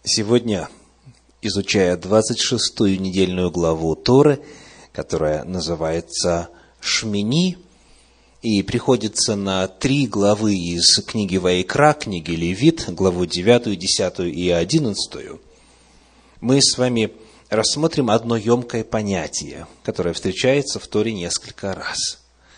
Сегодня, изучая 26-ю недельную главу Торы, которая называется «Шмини», и приходится на 3 главы из книги Ваикра, книги Левит, главу 9, 10 и 11, мы с вами рассмотрим одно емкое понятие, которое встречается в Торе несколько раз.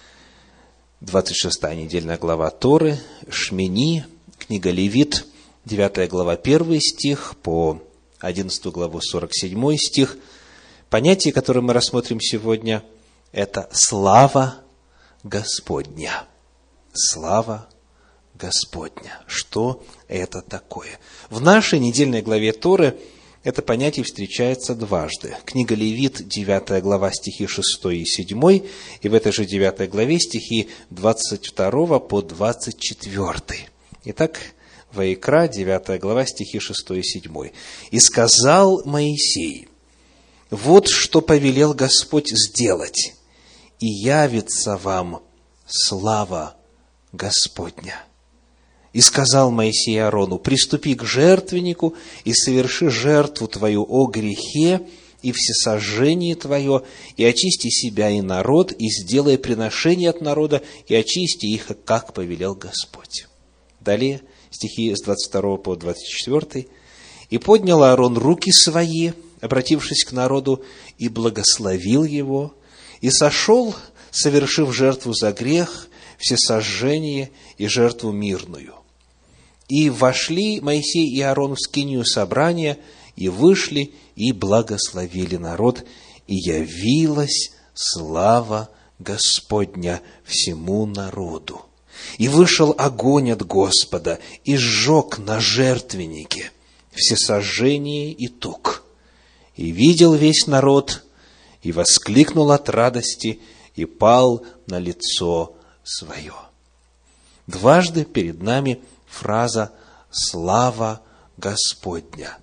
26-я недельная глава Торы, Шмини, книга Левит, 9 глава 1 стих по 11 главу 47 стих. Понятие, которое мы рассмотрим сегодня, это слава Господня. Слава Господня. Что это такое? В нашей недельной главе Торы это понятие встречается дважды. Книга Левит, 9 глава, стихи 6 и 7, и в этой же 9 главе стихи 22 по 24. Итак, Ваикра, 9 глава, стихи 6 и 7. «И сказал Моисей: вот что повелел Господь сделать, и явится вам слава Господня. И сказал Моисей Аарону: приступи к жертвеннику и соверши жертву твою о грехе и всесожжение твое, и очисти себя и народ, и сделай приношение от народа, и очисти их, как повелел Господь». Далее стихи с 22 по 24. «И поднял Аарон руки свои, обратившись к народу, и благословил его, и сошел, совершив жертву за грех, всесожжение и жертву мирную. И вошли Моисей и Аарон в скинию собрания, и вышли, и благословили народ, и явилась слава Господня всему народу. И вышел огонь от Господа, и сжег на жертвеннике всесожжение и тук. И видел весь народ, и воскликнул от радости, и пал на лицо свое». Дважды перед нами фраза «слава Господня».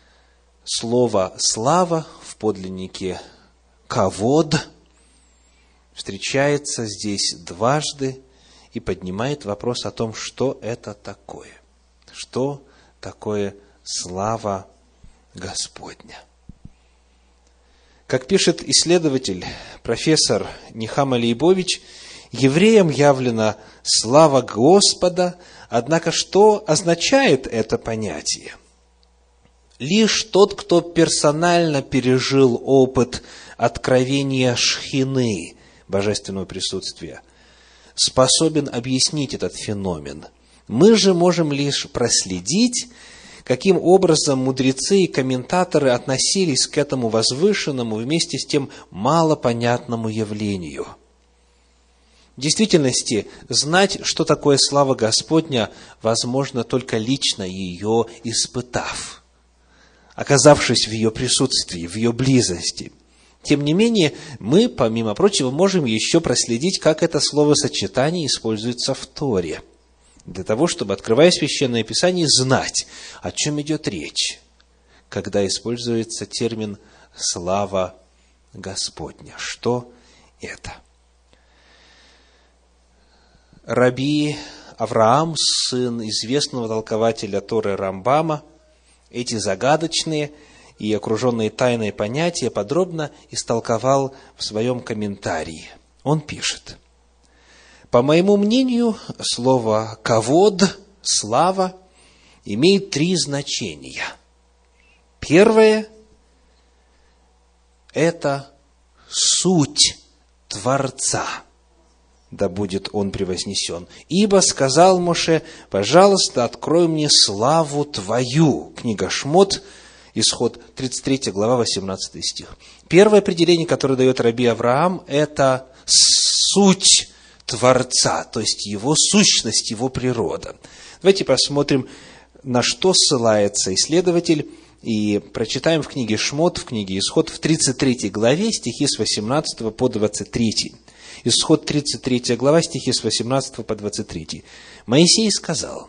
Слово «слава» в подлиннике «кавод» встречается здесь дважды и поднимает вопрос о том, что это такое. Что такое слава Господня? Как пишет исследователь, профессор Нихама Лейбович, евреям явлена слава Господа, однако что означает это понятие? Лишь тот, кто персонально пережил опыт откровения Шхины, божественного присутствия, способен объяснить этот феномен. Мы же можем лишь проследить, каким образом мудрецы и комментаторы относились к этому возвышенному, вместе с тем малопонятному явлению. В действительности, знать, что такое слава Господня, возможно только лично ее испытав, оказавшись в ее присутствии, в ее близости. Тем не менее, мы, помимо прочего, можем еще проследить, как это словосочетание используется в Торе, для того, чтобы, открывая Священное Писание, знать, о чем идет речь, когда используется термин «слава Господня». Что это? Раби Авраам, сын известного толкователя Торы Рамбама, эти загадочные и окруженные тайной понятия подробно истолковал в своем комментарии. Он пишет: «По моему мнению, слово «кавод», «слава» имеет 3 значения. Первое – это суть Творца, да будет Он превознесен. Ибо сказал Моше: пожалуйста, открой мне славу Твою». Книга Шмот, Исход, 33 глава, 18 стих. Первое определение, которое дает Раби Авраам, это суть Творца, то есть Его сущность, Его природа. Давайте посмотрим, на что ссылается исследователь, и прочитаем в книге Шмот, в книге Исход, в 33 главе, стихи с 18 по 23. Исход, 33 глава, стихи с 18 по 23. «Моисей сказал: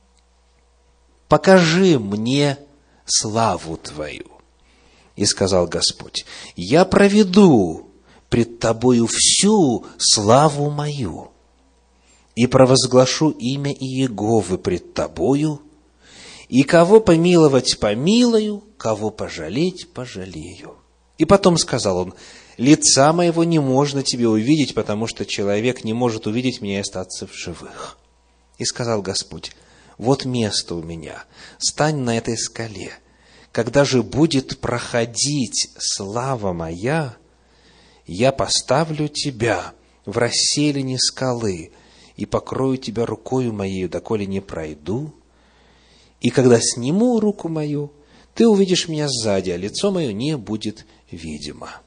покажи мне славу Твою. И сказал Господь: я проведу пред Тобою всю славу мою, и провозглашу имя Иеговы пред Тобою, И кого помиловать помилую, кого пожалеть пожалею. И потом сказал он: лица моего не можно тебе увидеть, потому что человек не может увидеть меня и остаться в живых. И сказал Господь: вот место у меня, стань на этой скале. Когда же будет проходить слава моя, я поставлю тебя в расселине скалы и покрою тебя рукою моею, доколе не пройду. И когда сниму руку мою, ты увидишь меня сзади, а лицо мое не будет видимо.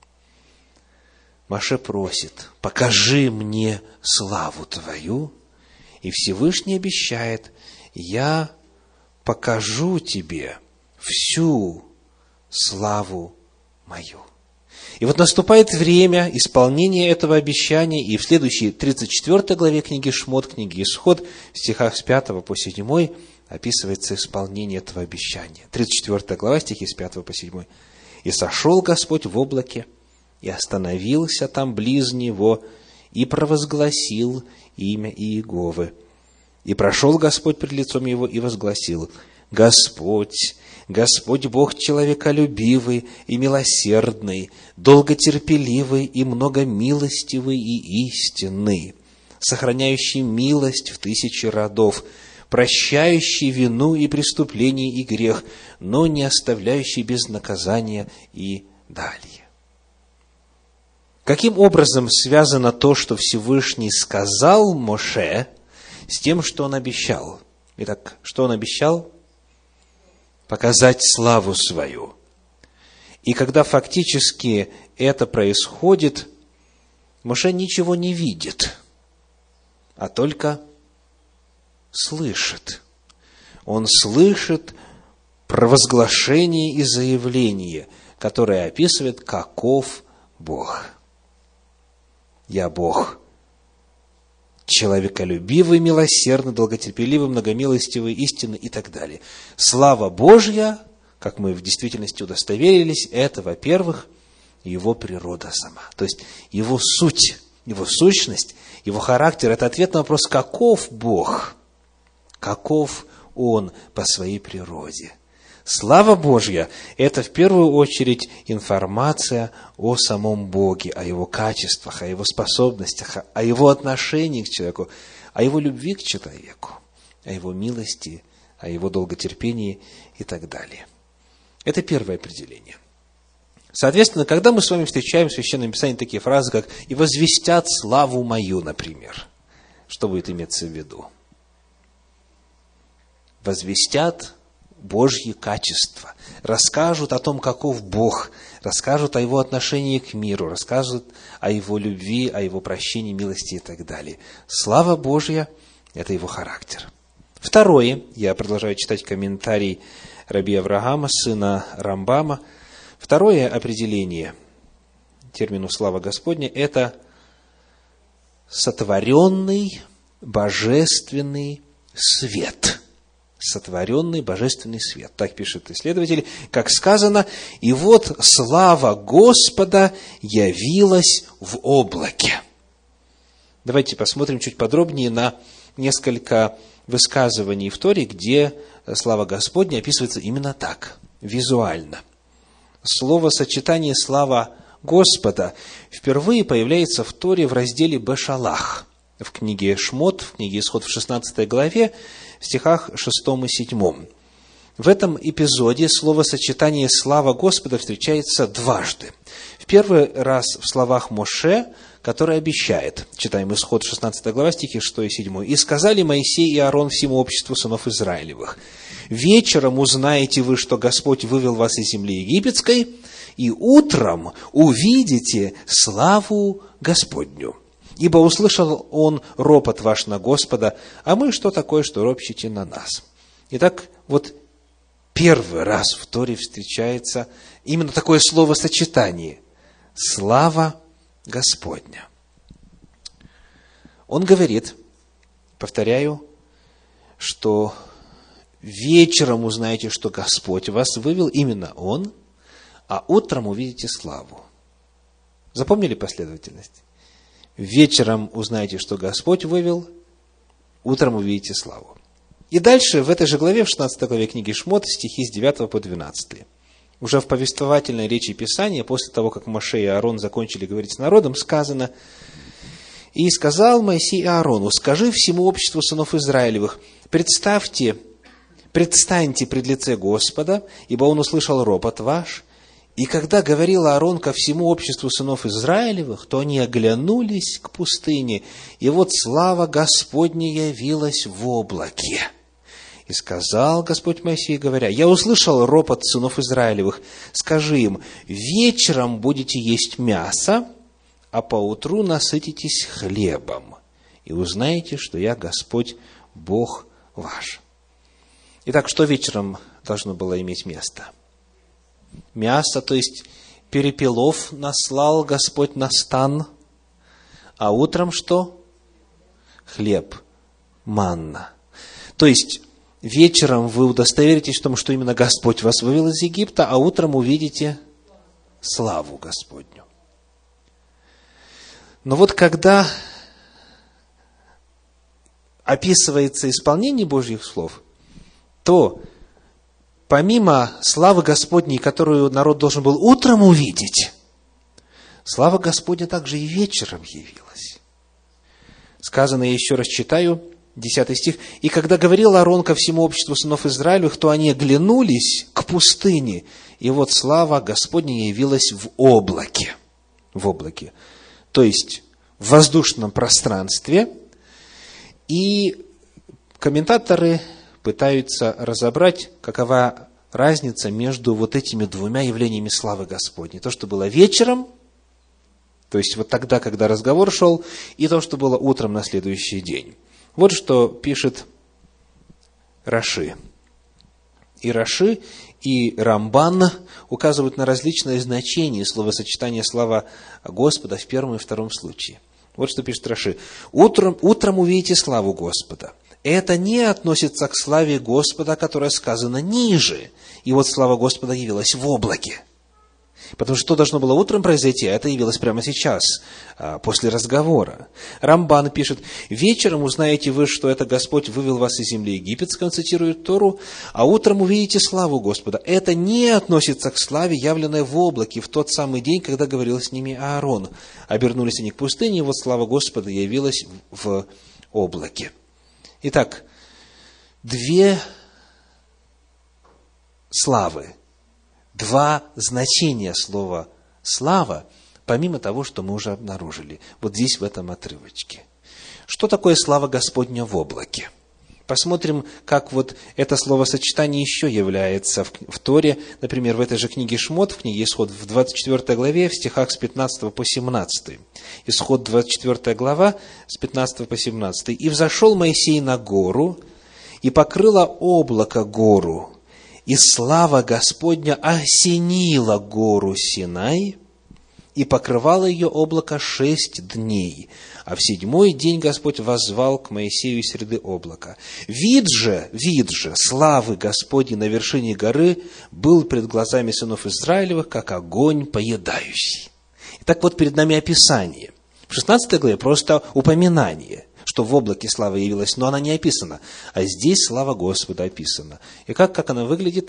Моше просит: покажи мне славу твою. И Всевышний обещает: я покажу тебе всю славу мою. И вот наступает время исполнения этого обещания, и в следующей 34 главе книги Шмот, книги Исход, в стихах с 5 по 7 описывается исполнение этого обещания. 34 глава, стихи с 5 по 7. «И сошел Господь в облаке, и остановился там близ него, и провозгласил имя Иеговы. И прошел Господь пред лицом его, и возгласил: Господь, Господь Бог человеколюбивый и милосердный, долготерпеливый и многомилостивый и истинный, сохраняющий милость в 1000 родов, прощающий вину и преступление и грех, но не оставляющий без наказания и далее». Каким образом связано то, что Всевышний сказал Моше, с тем, что он обещал? Итак, что он обещал? Показать славу свою. И когда фактически это происходит, Моше ничего не видит, а только слышит. Он слышит провозглашение и заявление, которое описывает, каков Бог. Я Бог, человеколюбивый, милосердный, долготерпеливый, многомилостивый, истинный и так далее. Слава Божья, как мы в действительности удостоверились, это, во-первых, Его природа сама. То есть Его суть, Его сущность, Его характер – это ответ на вопрос, каков Бог, каков Он по своей природе. Слава Божья – это в первую очередь информация о самом Боге, о Его качествах, о Его способностях, о Его отношении к человеку, о Его любви к человеку, о Его милости, о Его долготерпении и так далее. Это первое определение. Соответственно, когда мы с вами встречаем в Священном Писании такие фразы, как «и возвестят славу мою», например, что будет иметься в виду? Возвестят Божьи качества, расскажут о том, каков Бог, расскажут о Его отношении к миру, расскажут о Его любви, о Его прощении, милости и так далее. Слава Божья – это Его характер. Второе, я продолжаю читать комментарий раби Авраама, сына Рамбама. Второе определение термину «слава Господня» – это сотворенный божественный свет. Сотворенный божественный свет. Так пишет исследователь, как сказано: «И вот слава Господа явилась в облаке». Давайте посмотрим чуть подробнее на несколько высказываний в Торе, где слава Господня описывается именно так, визуально. Словосочетание «слава Господа» впервые появляется в Торе в разделе «Бешалах», в книге Шмот, в книге Исход в 16 главе, в стихах 6 и 7. В этом эпизоде словосочетание «слава Господа» встречается дважды. В первый раз в словах Моше, который обещает, читаем Исход 16 глава, стихи 6 и 7. «И сказали Моисей и Аарон всему обществу сынов Израилевых: вечером узнаете вы, что Господь вывел вас из земли египетской, и утром увидите славу Господню. Ибо услышал он ропот ваш на Господа, а мы что такое, что ропщите на нас?» Итак, вот первый раз в Торе встречается именно такое словосочетание «слава Господня». Он говорит, повторяю, что вечером узнаете, что Господь вас вывел, именно Он, а утром увидите славу. Запомнили последовательность? Вечером узнаете, что Господь вывел, утром увидите славу. И дальше, в этой же главе, в 16 главе книги Шмот, стихи с 9 по 12. Уже в повествовательной речи Писания, после того, как Моше и Аарон закончили говорить с народом, сказано: «И сказал Моисей Аарону: скажи всему обществу сынов Израилевых, предстаньте пред лице Господа, ибо Он услышал ропот ваш. И когда говорил Аарон ко всему обществу сынов Израилевых, то они оглянулись к пустыне, и вот слава Господня явилась в облаке. И сказал Господь Моисею, говоря: я услышал ропот сынов Израилевых, скажи им: вечером будете есть мясо, а поутру насытитесь хлебом, и узнаете, что я Господь Бог ваш». Итак, что вечером должно было иметь место? Мясо, то есть перепелов наслал Господь на стан, а утром что? Хлеб, манна. То есть вечером вы удостоверитесь в том, что именно Господь вас вывел из Египта, а утром увидите славу Господню. Но вот когда описывается исполнение Божьих слов, то помимо славы Господней, которую народ должен был утром увидеть, слава Господня также и вечером явилась. Сказано, я еще раз читаю, 10 стих. «И когда говорил Аарон ко всему обществу сынов Израилевых, то они оглянулись к пустыне, и вот слава Господня явилась в облаке». В облаке. То есть в воздушном пространстве. И комментаторы пытаются разобрать, какова разница между вот этими двумя явлениями славы Господней. То, что было вечером, то есть вот тогда, когда разговор шел, и то, что было утром на следующий день. Вот что пишет Раши. И Раши, и Рамбан указывают на различные значения словосочетания «слава Господа» в первом и втором случае. Вот что пишет Раши. «Утром увидите славу Господа». Это не относится к славе Господа, которая сказана ниже. И вот слава Господа явилась в облаке. Потому что что должно было утром произойти, а это явилось прямо сейчас, после разговора. Рамбан пишет: «Вечером узнаете вы, что это Господь вывел вас из земли египетской», он цитирует Тору, «а утром увидите славу Господа». Это не относится к славе, явленной в облаке в тот самый день, когда говорил с ними Аарон. Обернулись они к пустыне, и вот слава Господа явилась в облаке. Итак, две славы, два значения слова «слава», помимо того, что мы уже обнаружили вот здесь, в этом отрывочке. Что такое слава Господня в облаке? Посмотрим, как вот это словосочетание еще является в Торе, например, в этой же книге Шмот, в книге Исход, в 24 главе, в стихах с 15 по 17. Исход, 24 глава, с 15 по 17. «И взошел Моисей на гору, и покрыло облако гору, и слава Господня осенила гору Синай, и покрывало ее облако 6 дней. А в 7-й день Господь воззвал к Моисею из среды облака. Вид же славы Господней на вершине горы был пред глазами сынов Израилевых, как огонь поедающий». Итак, вот перед нами описание. В 16 главе просто упоминание, что в облаке слава явилась, но она не описана. А здесь слава Господа описана. И как она выглядит?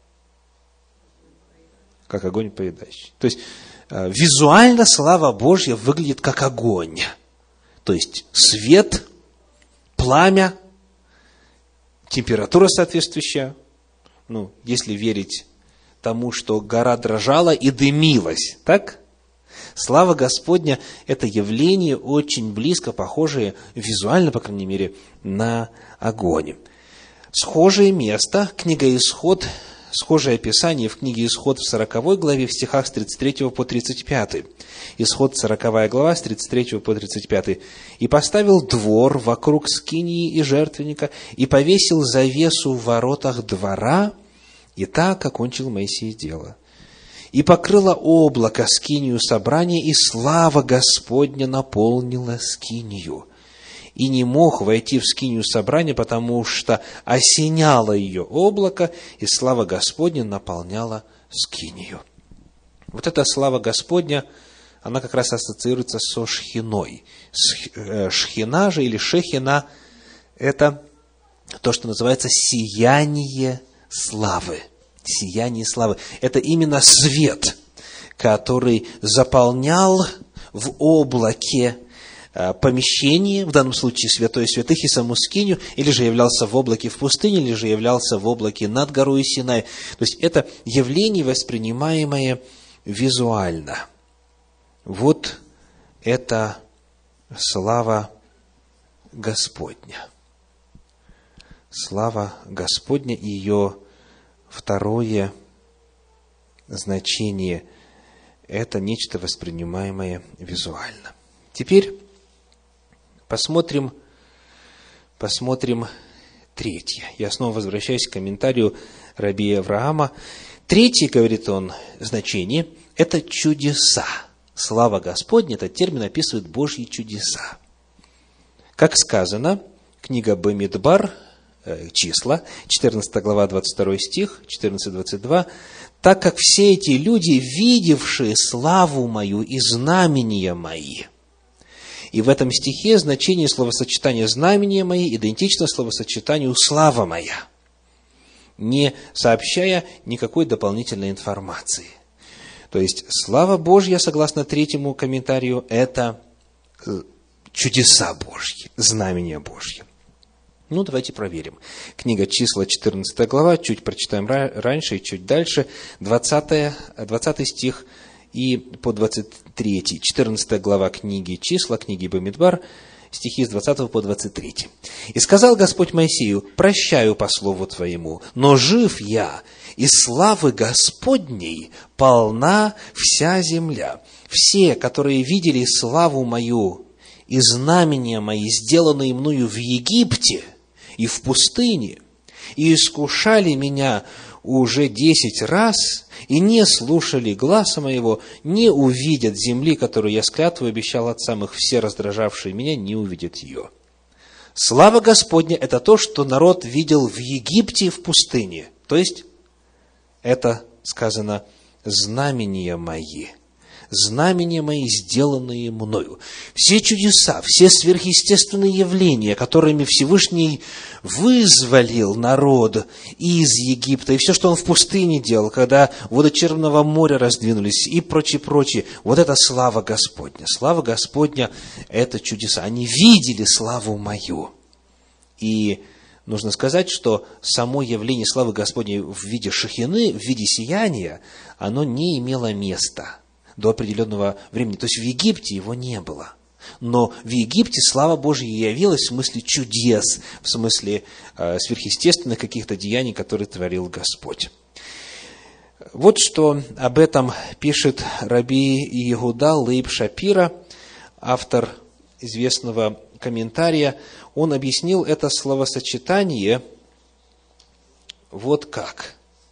Как огонь поедающий. То есть, визуально слава Божья выглядит как огонь. То есть, свет, пламя, температура соответствующая. Если верить тому, что гора дрожала и дымилась, так? Слава Господня – это явление очень близко похожее, визуально, по крайней мере, на огонь. Схожее место, книга Исход, схожее описание в книге Исход в 40 главе, в стихах с 33 по 35. Исход 40 глава, с 33 по 35. «И поставил двор вокруг скинии и жертвенника, и повесил завесу в воротах двора, и так окончил Моисей дело. И покрыло облако скинию собрания, и слава Господня наполнила скинию. И не мог войти в скинию собрания, потому что осеняло ее облако, и слава Господня наполняла скинию». Вот эта слава Господня, она как раз ассоциируется со шхиной. Шхина же или шехина – это то, что называется сияние славы. Сияние славы. Это именно свет, который заполнял в облаке помещение, в данном случае святое святых и саму скинию, или же являлся в облаке в пустыне, или же являлся в облаке над горой Синай. То есть это явление, воспринимаемое визуально. Вот это слава Господня. Слава Господня и ее второе значение – это нечто воспринимаемое визуально. Теперь посмотрим третье. Я снова возвращаюсь к комментарию раби Авраама. Третье, говорит он, значение – это чудеса. Слава Господня, этот термин описывает Божьи чудеса. Как сказано, книга Бамидбар, числа, 14 глава, 22 стих, 14-22, «Так как все эти люди, видевшие славу мою и знамения мои». И в этом стихе значение словосочетания «знамения мои» идентично словосочетанию «слава моя», не сообщая никакой дополнительной информации. То есть, слава Божья, согласно третьему комментарию, это чудеса Божьи, знамения Божьи. Ну, давайте проверим. Книга Числа, 14 глава, чуть прочитаем раньше и чуть дальше, 20 стих и по 23. 14 глава книги Числа, книги Бамидбар, стихи с 20 по 23. «И сказал Господь Моисею: прощаю по слову твоему, но жив я, и славы Господней полна вся земля. Все, которые видели славу мою и знамения мои, сделанные мною в Египте и в пустыне, и искушали меня уже 10 раз, и не слушали гласа моего, не увидят земли, которую я с клятвой обещал отцам их, все раздражавшие меня, не увидят ее». Слава Господня – это то, что народ видел в Египте и в пустыне. То есть, это сказано «знамения мои». Знамения мои, сделанные мною. Все чудеса, все сверхъестественные явления, которыми Всевышний вызволил народ из Египта, и все, что он в пустыне делал, когда воды Черного моря раздвинулись, и прочее, вот это слава Господня. Слава Господня – это чудеса. Они видели славу мою. И нужно сказать, что само явление славы Господней в виде шахины, в виде сияния, оно не имело места до определенного времени. То есть в Египте его не было. Но в Египте слава Божья явилась в смысле чудес, в смысле сверхъестественных каких-то деяний, которые творил Господь. Вот что об этом пишет раби Иегуда Лейб Шапира, автор известного комментария. Он объяснил это словосочетание вот как.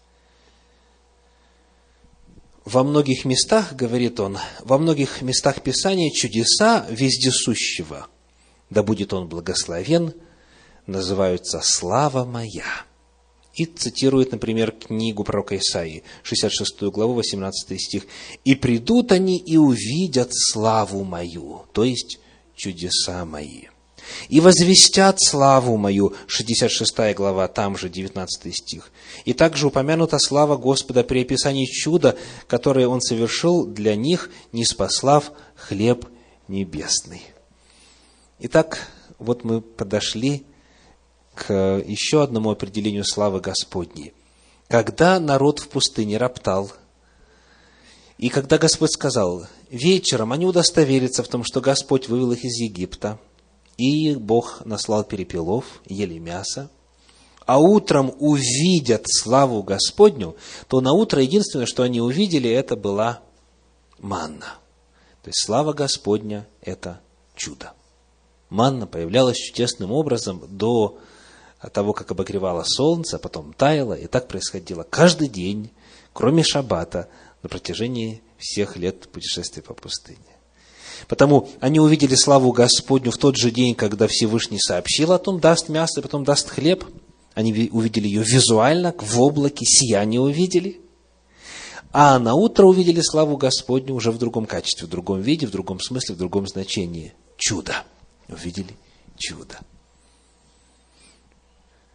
Во многих местах, говорит он, во многих местах Писания чудеса вездесущего, да будет он благословен, называются «слава моя». И цитирует, например, книгу пророка Исаии, 66 главу, 18 стих. «И придут они и увидят славу мою», то есть чудеса мои. «И возвестят славу мою», 66 глава, там же 19 стих. И также упомянута слава Господа при описании чуда, которое Он совершил для них, ниспослав хлеб небесный. Итак, вот мы подошли к еще одному определению славы Господней. Когда народ в пустыне роптал, и когда Господь сказал: вечером они удостоверятся в том, что Господь вывел их из Египта, и Бог наслал перепелов, ели мясо, а утром увидят славу Господню, то на утро единственное, что они увидели, это была манна. То есть слава Господня – это чудо. Манна появлялась чудесным образом до того, как обогревало солнце, потом таяло, и так происходило каждый день, кроме шаббата, на протяжении всех лет путешествия по пустыне. Потому они увидели славу Господню в тот же день, когда Всевышний сообщил о том, даст мясо, и потом даст хлеб. Они увидели ее визуально, в облаке, сияние увидели. А на утро увидели славу Господню уже в другом качестве, в другом виде, в другом смысле, в другом значении. Чудо. Увидели чудо.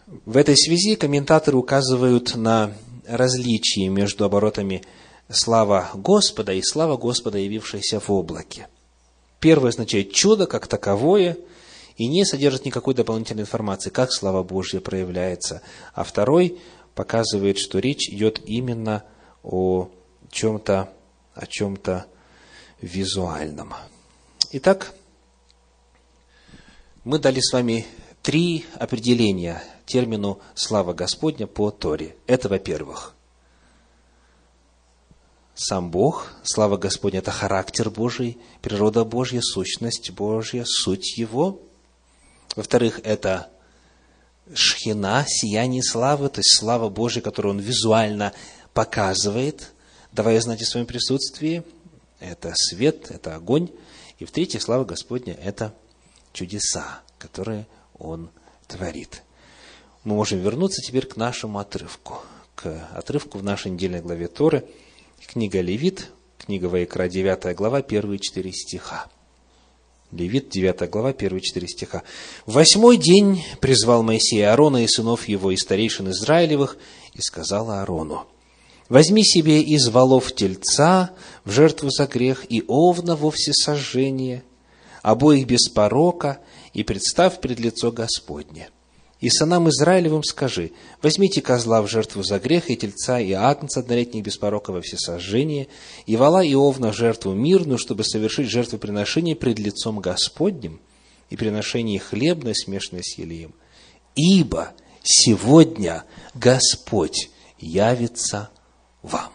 В этой связи комментаторы указывают на различие между оборотами «слава Господа» и «слава Господа, явившаяся в облаке». Первое означает чудо как таковое и не содержит никакой дополнительной информации, как слава Божья проявляется. А второй показывает, что речь идет именно о чем-то визуальном. Итак, мы дали с вами 3 определения термину «слава Господня» по Торе. Это, во-первых, сам Бог, слава Господня – это характер Божий, природа Божья, сущность Божья, суть Его. Во-вторых, это шхина, сияние славы, то есть слава Божья, которую Он визуально показывает, давая знать о своем присутствии. Это свет, это огонь. И в-третьих, слава Господня – это чудеса, которые Он творит. Мы можем вернуться теперь к нашему отрывку, в нашей недельной главе Торы, книга Левит, книга Ваикра, 9 глава, первые 4 стиха. Левит, 9 глава, первые 4 стиха. «В 8-й день призвал Моисей Аарона и сынов его, и старейшин Израилевых, и сказал Аарону: возьми себе из волов тельца в жертву за грех и овна во всесожжение, обоих без порока, и представь пред лицо Господне. И сынам Израилевым скажи: возьмите козла в жертву за грех, и тельца, и агнца однолетних без порока во всесожжение, и вола и овна в жертву мирную, чтобы совершить жертвоприношение пред лицом Господним, и приношение хлебное, смешанное с елеем. Ибо сегодня Господь явится вам».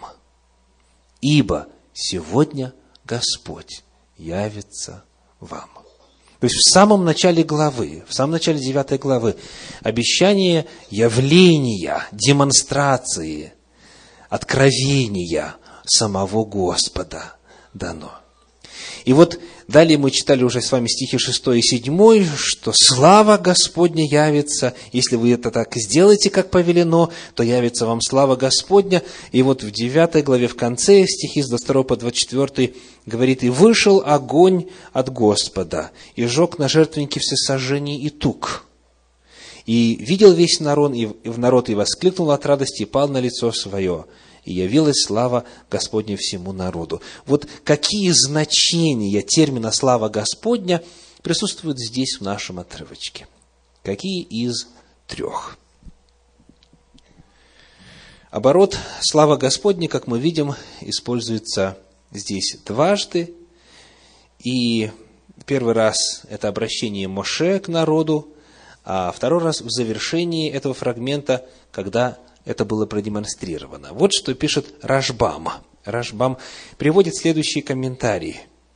Ибо сегодня Господь явится вам. То есть в самом начале главы, в самом начале 9 главы, обещание явления, демонстрации, откровения самого Господа дано. И вот далее мы читали уже с вами стихи 6 и 7, что слава Господня явится. Если вы это так сделаете, как повелено, то явится вам слава Господня. И вот в 9 главе в конце, стихи с 22 по 24, говорит: «И вышел огонь от Господа, и жег на жертвеннике всесожжений и тук. И видел весь народ, и воскликнул от радости, и пал на лицо свое. И явилась слава Господня всему народу». Вот какие значения термина «слава Господня» присутствуют здесь в нашем отрывочке? Какие из 3? Оборот «слава Господня», как мы видим, используется здесь дважды. И первый раз это обращение Моше к народу, а второй раз в завершении этого фрагмента, когда это было продемонстрировано. Вот что пишет Рашбам. Рашбам приводит следующие комментарии.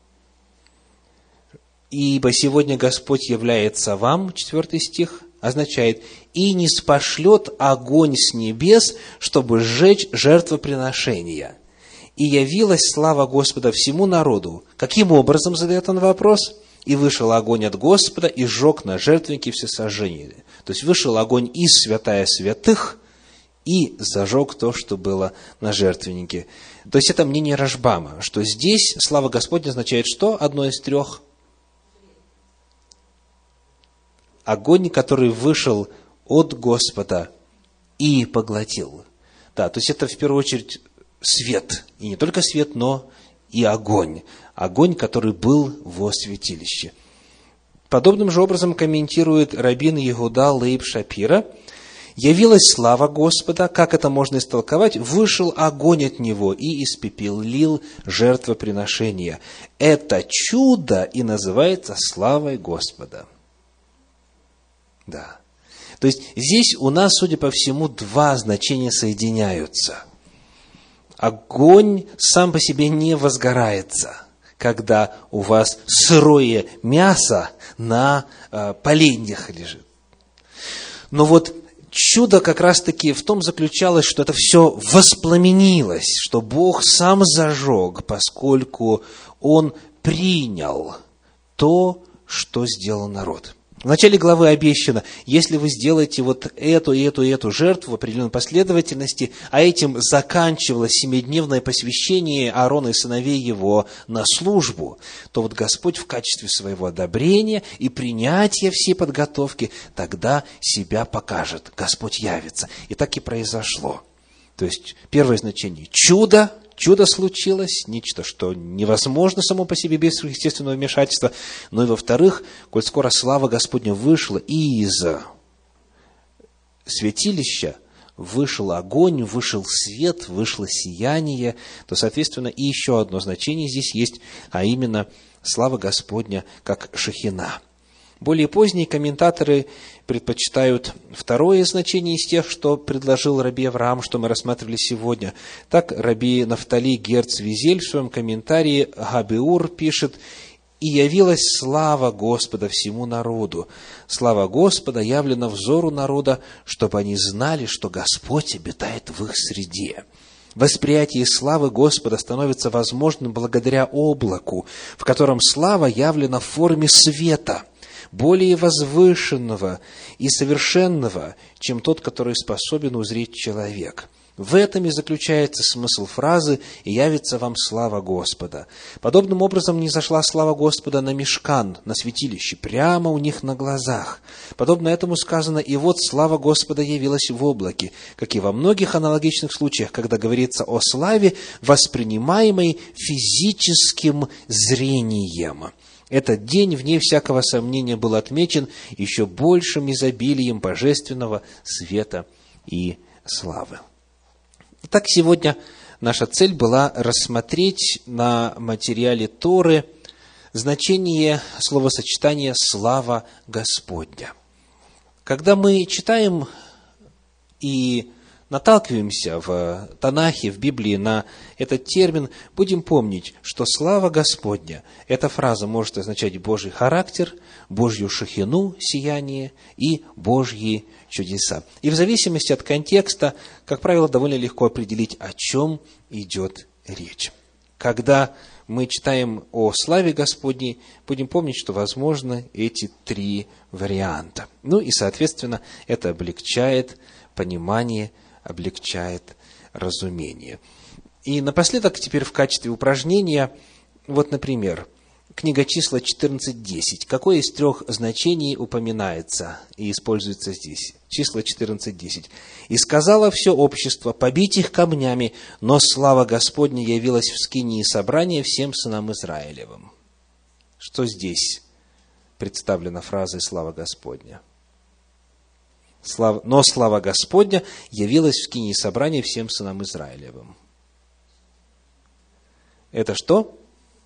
«Ибо сегодня Господь является вам», 4 стих, означает: «и ниспошлет огонь с небес, чтобы сжечь жертвоприношения. И явилась слава Господа всему народу». Каким образом, задает он вопрос? «И вышел огонь от Господа, и сжег на жертвеннике всесожжения». То есть вышел огонь из святая святых и зажег то, что было на жертвеннике. То есть это мнение Рашбама, что здесь слава Господня означает что? Одно из 3. Огонь, который вышел от Господа и поглотил. Да, то есть это в первую очередь свет. И не только свет, но и огонь. Огонь, который был во святилище. Подобным же образом комментирует раббин Иегуда Лейб Шапира: «Явилась слава Господа, как это можно истолковать? Вышел огонь от него и испепелил жертвоприношения. Это чудо и называется славой Господа». Да. То есть здесь у нас, судя по всему, 2 значения соединяются. Огонь сам по себе не возгорается, когда у вас сырое мясо на поленьях лежит. Но вот чудо как раз-таки в том заключалось, что это все воспламенилось, что Бог сам зажег, поскольку Он принял то, что сделал народ. В начале главы обещано, если вы сделаете вот эту и эту и эту жертву в определенной последовательности, а этим заканчивалось 7-дневное посвящение Аарона и сыновей его на службу, то вот Господь в качестве своего одобрения и принятия всей подготовки тогда себя покажет. Господь явится. И так и произошло. То есть, первое значение – чудо. Чудо случилось, нечто, что невозможно само по себе без сверхъестественного вмешательства. Но и во-вторых, коль скоро слава Господня вышла, и из святилища вышел огонь, вышел свет, вышло сияние, то, соответственно, и еще одно значение здесь есть, а именно слава Господня как шехина. Более поздние комментаторы предпочитают второе значение из тех, что предложил раби Авраам, что мы рассматривали сегодня. Так раби Нафтали Герц Визель в своем комментарии Габеур пишет: «И явилась слава Господа всему народу. Слава Господа явлена взору народа, чтобы они знали, что Господь обитает в их среде». Восприятие славы Господа становится возможным благодаря облаку, в котором слава явлена в форме света, более возвышенного и совершенного, чем тот, который способен узреть человек. В этом и заключается смысл фразы «И явится вам слава Господа». Подобным образом низошла слава Господа на мишкан, на святилище, прямо у них на глазах. Подобно этому сказано «И вот слава Господа явилась в облаке», как и во многих аналогичных случаях, когда говорится о славе, воспринимаемой физическим зрением. Этот день, вне всякого сомнения, был отмечен еще большим изобилием божественного света и славы. Итак, сегодня наша цель была рассмотреть на материале Торы значение словосочетания «слава Господня». Когда мы читаем и наталкиваемся в Танахе, в Библии на этот термин, будем помнить, что слава Господня, эта фраза может означать Божий характер, Божью шехину, сияние и Божьи чудеса. И в зависимости от контекста, как правило, довольно легко определить, о чем идет речь. Когда мы читаем о славе Господней, будем помнить, что возможны эти три варианта. Ну и, соответственно, это облегчает понимание, облегчает разумение. И напоследок, теперь в качестве упражнения, вот, например, книга числа 14:10. Какое из трех значений упоминается и используется здесь? Числа 14:10. «И сказала все общество, побить их камнями, но слава Господня явилась в скинии собрания всем сынам Израилевым». Что здесь представлено фразой «слава Господня»? «Но слава Господня явилась в скинии собрания всем сынам Израилевым». Это что?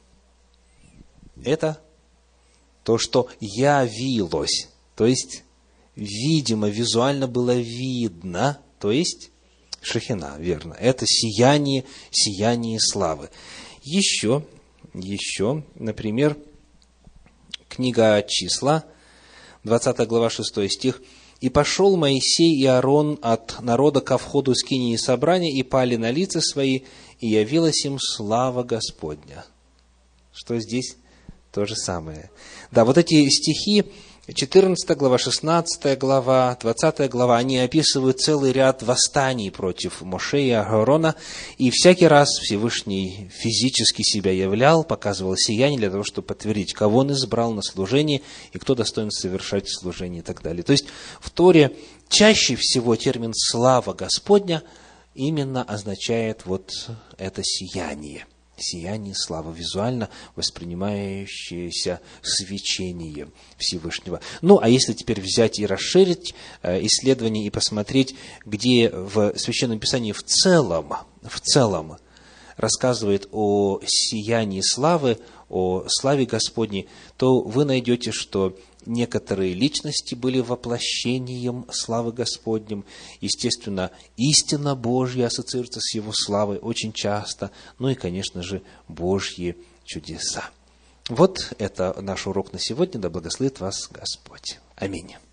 Это то, что явилось, то есть, видимо, визуально было видно, то есть, шехина, верно, это сияние славы. Еще, например, книга числа, 20 глава, 6 стих. «И пошел Моисей и Аарон от народа ко входу скинии собрания, и пали на лица свои, и явилась им слава Господня». Что здесь? То же самое. Да, вот эти стихи, 14 глава, 16 глава, 20 глава, они описывают целый ряд восстаний против Моше и Аарона, и всякий раз Всевышний физически себя являл, показывал сияние для того, чтобы подтвердить, кого он избрал на служение и кто достоин совершать служение и так далее. То есть в Торе чаще всего термин «слава Господня» именно означает вот это сияние. Сияние, слава, визуально воспринимающееся свечение Всевышнего. Ну, а если теперь взять и расширить исследование и посмотреть, где в Священном Писании в целом рассказывает о сиянии славы, о славе Господней, то вы найдете, что некоторые личности были воплощением славы Господнем. Естественно, истина Божья ассоциируется с Его славой очень часто. Ну и, конечно же, Божьи чудеса. Вот это наш урок на сегодня. Да благословит вас Господь. Аминь.